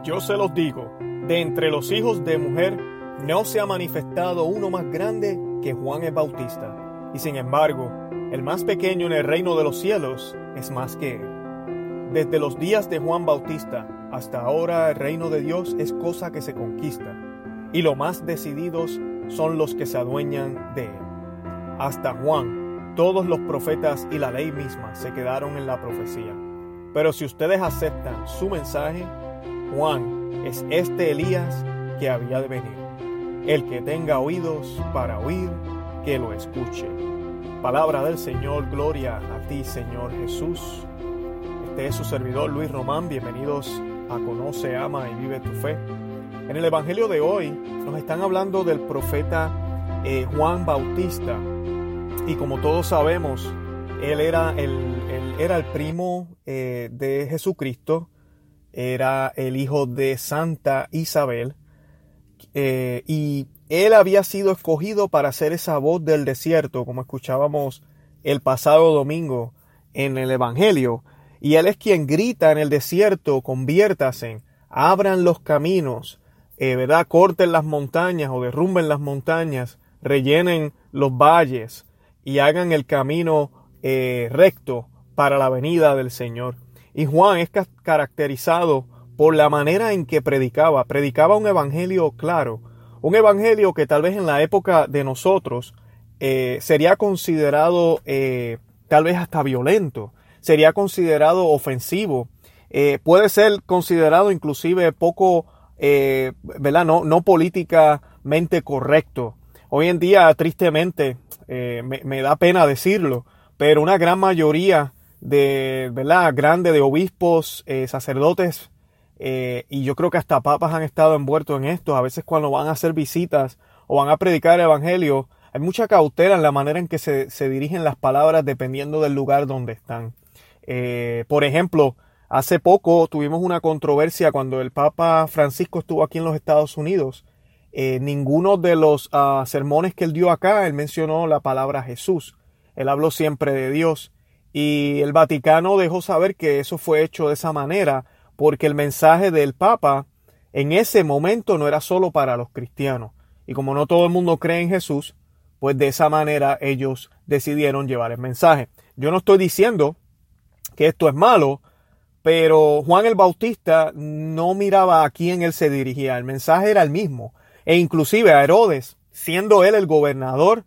Yo se los digo, de entre los hijos de mujer no se ha manifestado uno más grande que Juan el Bautista, y sin embargo, el más pequeño en el reino de los cielos es más que él. Desde los días de Juan Bautista hasta ahora el reino de Dios es cosa que se conquista, y lo más decididos son los que se adueñan de él. Hasta Juan, todos los profetas y la ley misma se quedaron en la profecía. Pero si ustedes aceptan su mensaje, Juan es este Elías que había de venir. El que tenga oídos para oír, que lo escuche. Palabra del Señor, gloria a ti, Señor Jesús. Este es su servidor Luis Román. Bienvenidos a Conoce, Ama y Vive tu Fe. En el Evangelio de hoy nos están hablando del profeta Juan Bautista. Y como todos sabemos, él era el primo de Jesucristo, era el hijo de Santa Isabel, y él había sido escogido para ser esa voz del desierto, como escuchábamos el pasado domingo en el Evangelio. Y él es quien grita en el desierto: conviértase, abran los caminos, ¿verdad? Corten las montañas o derrumben las montañas, rellenen los valles y hagan el camino recto para la venida del Señor. Y Juan es caracterizado por la manera en que predicaba un evangelio claro, un evangelio que tal vez en la época de nosotros sería considerado tal vez hasta violento, sería considerado ofensivo, puede ser considerado inclusive poco, ¿verdad? No políticamente correcto. Hoy en día, tristemente, me da pena decirlo, pero una gran mayoría de obispos, sacerdotes, y yo creo que hasta papas han estado envueltos en esto. A veces cuando van a hacer visitas o van a predicar el evangelio, hay mucha cautela en la manera en que se dirigen las palabras dependiendo del lugar donde están. Por ejemplo, hace poco tuvimos una controversia cuando el Papa Francisco estuvo aquí en los Estados Unidos. Ninguno de los sermones que él dio acá, él mencionó la palabra Jesús. Él habló siempre de Dios. Y el Vaticano dejó saber que eso fue hecho de esa manera porque el mensaje del Papa en ese momento no era solo para los cristianos. Y como no todo el mundo cree en Jesús, pues de esa manera ellos decidieron llevar el mensaje. Yo no estoy diciendo que esto es malo, pero Juan el Bautista no miraba a quién él se dirigía. El mensaje era el mismo. E inclusive a Herodes, siendo él el gobernador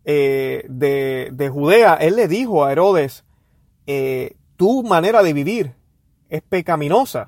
de Judea, él le dijo a Herodes: tu manera de vivir es pecaminosa,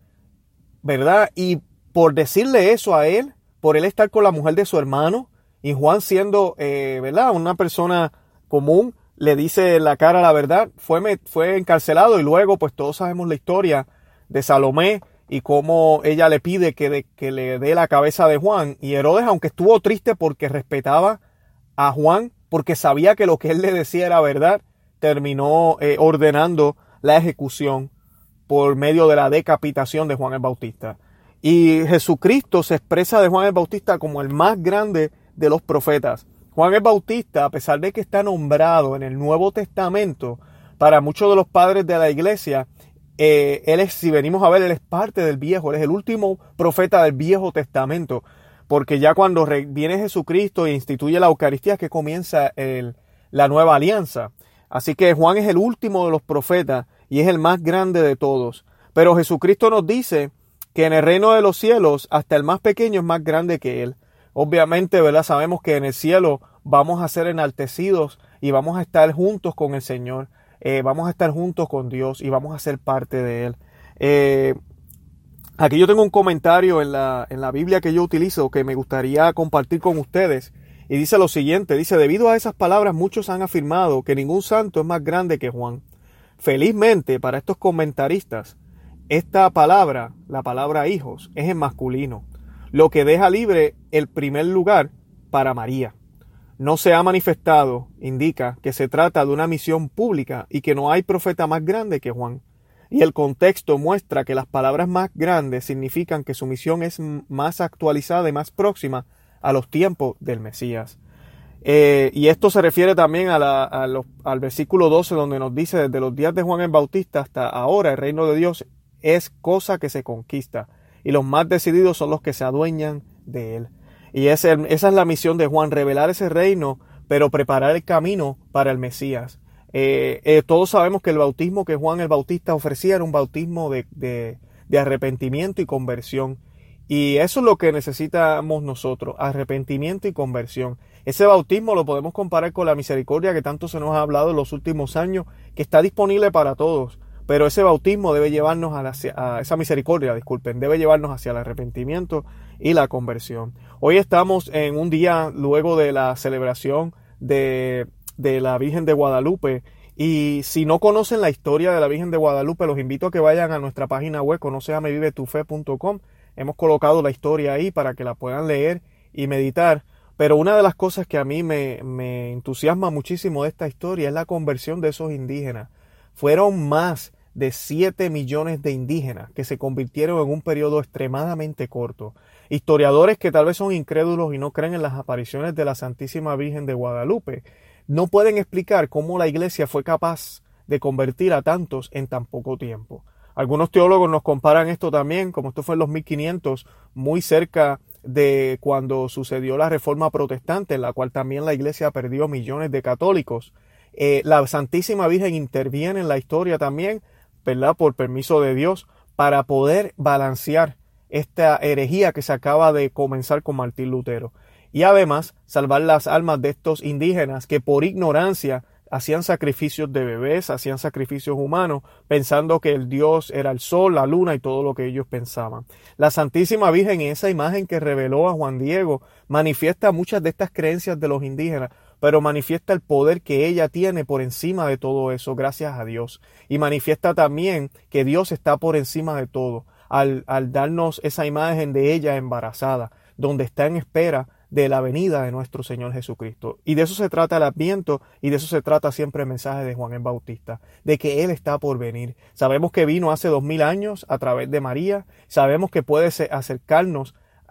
¿verdad? Y por decirle eso a él, por él estar con la mujer de su hermano, y Juan siendo, ¿verdad?, una persona común, le dice la cara la verdad, fue encarcelado. Y luego pues todos sabemos la historia de Salomé y cómo ella le pide que le dé la cabeza de Juan. Y Herodes, aunque estuvo triste porque respetaba a Juan, porque sabía que lo que él le decía era verdad, terminó ordenando la ejecución por medio de la decapitación de Juan el Bautista. Y Jesucristo se expresa de Juan el Bautista como el más grande de los profetas. Juan el Bautista, a pesar de que está nombrado en el Nuevo Testamento, para muchos de los padres de la iglesia, él es, si venimos a ver, él es parte del Viejo, él es el último profeta del Viejo Testamento, porque ya cuando viene Jesucristo e instituye la Eucaristía es que comienza la nueva alianza. Así que Juan es el último de los profetas y es el más grande de todos. Pero Jesucristo nos dice que en el reino de los cielos hasta el más pequeño es más grande que él. Obviamente, ¿verdad? Sabemos que en el cielo vamos a ser enaltecidos y vamos a estar juntos con el Señor. Vamos a estar juntos con Dios y vamos a ser parte de él. Aquí yo tengo un comentario en la Biblia que yo utilizo que me gustaría compartir con ustedes. Y dice lo siguiente, dice: debido a esas palabras muchos han afirmado que ningún santo es más grande que Juan. Felizmente para estos comentaristas, esta palabra, la palabra hijos, es en masculino, lo que deja libre el primer lugar para María. No se ha manifestado, indica que se trata de una misión pública y que no hay profeta más grande que Juan. Y el contexto muestra que las palabras más grandes significan que su misión es más actualizada y más próxima a los tiempos del Mesías. Y esto se refiere también al versículo 12, donde nos dice: desde los días de Juan el Bautista hasta ahora el reino de Dios es cosa que se conquista. y los más decididos son los que se adueñan de él. Y esa es la misión de Juan, revelar ese reino, pero preparar el camino para el Mesías. Todos sabemos que el bautismo que Juan el Bautista ofrecía era un bautismo de arrepentimiento y conversión. Y eso es lo que necesitamos nosotros, arrepentimiento y conversión. Ese bautismo lo podemos comparar con la misericordia que tanto se nos ha hablado en los últimos años, que está disponible para todos. Pero ese bautismo debe llevarnos a esa misericordia, debe llevarnos hacia el arrepentimiento y la conversión. Hoy estamos en un día luego de la celebración de la Virgen de Guadalupe. Y si no conocen la historia de la Virgen de Guadalupe, los invito a que vayan a nuestra página web, conoceamevivetufe.com. Hemos colocado la historia ahí para que la puedan leer y meditar. Pero una de las cosas que a mí me entusiasma muchísimo de esta historia es la conversión de esos indígenas. Fueron más de 7 millones de indígenas que se convirtieron en un periodo extremadamente corto. Historiadores que tal vez son incrédulos y no creen en las apariciones de la Santísima Virgen de Guadalupe no pueden explicar cómo la iglesia fue capaz de convertir a tantos en tan poco tiempo. Algunos teólogos nos comparan esto también, como esto fue en los 1500, muy cerca de cuando sucedió la Reforma Protestante, en la cual también la iglesia perdió millones de católicos. La Santísima Virgen interviene en la historia también, ¿verdad?, por permiso de Dios, para poder balancear esta herejía que se acaba de comenzar con Martín Lutero. Y además salvar las almas de estos indígenas que por ignorancia hacían sacrificios de bebés, hacían sacrificios humanos, pensando que el Dios era el sol, la luna y todo lo que ellos pensaban. La Santísima Virgen, en esa imagen que reveló a Juan Diego, manifiesta muchas de estas creencias de los indígenas, pero manifiesta el poder que ella tiene por encima de todo eso, gracias a Dios. Y manifiesta también que Dios está por encima de todo, al darnos esa imagen de ella embarazada, donde está en espera de la venida de nuestro Señor Jesucristo. Y de eso se trata el Adviento, y de eso se trata siempre el mensaje de Juan el Bautista, de que Él está por venir. Sabemos que vino hace 2000 años a través de María, sabemos que podemos acercarnos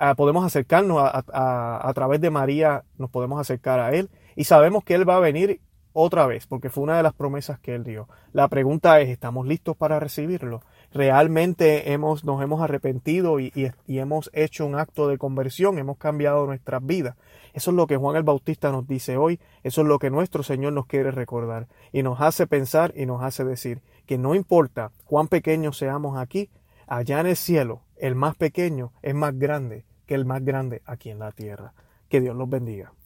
a través de María, nos podemos acercar a Él, y sabemos que Él va a venir otra vez, porque fue una de las promesas que Él dio. La pregunta es, ¿estamos listos para recibirlo? ¿Realmente nos hemos arrepentido y hemos hecho un acto de conversión? ¿Hemos cambiado nuestras vidas? Eso es lo que Juan el Bautista nos dice hoy. Eso es lo que nuestro Señor nos quiere recordar. Y nos hace pensar y nos hace decir que no importa cuán pequeños seamos aquí, allá en el cielo, el más pequeño es más grande que el más grande aquí en la tierra. Que Dios los bendiga.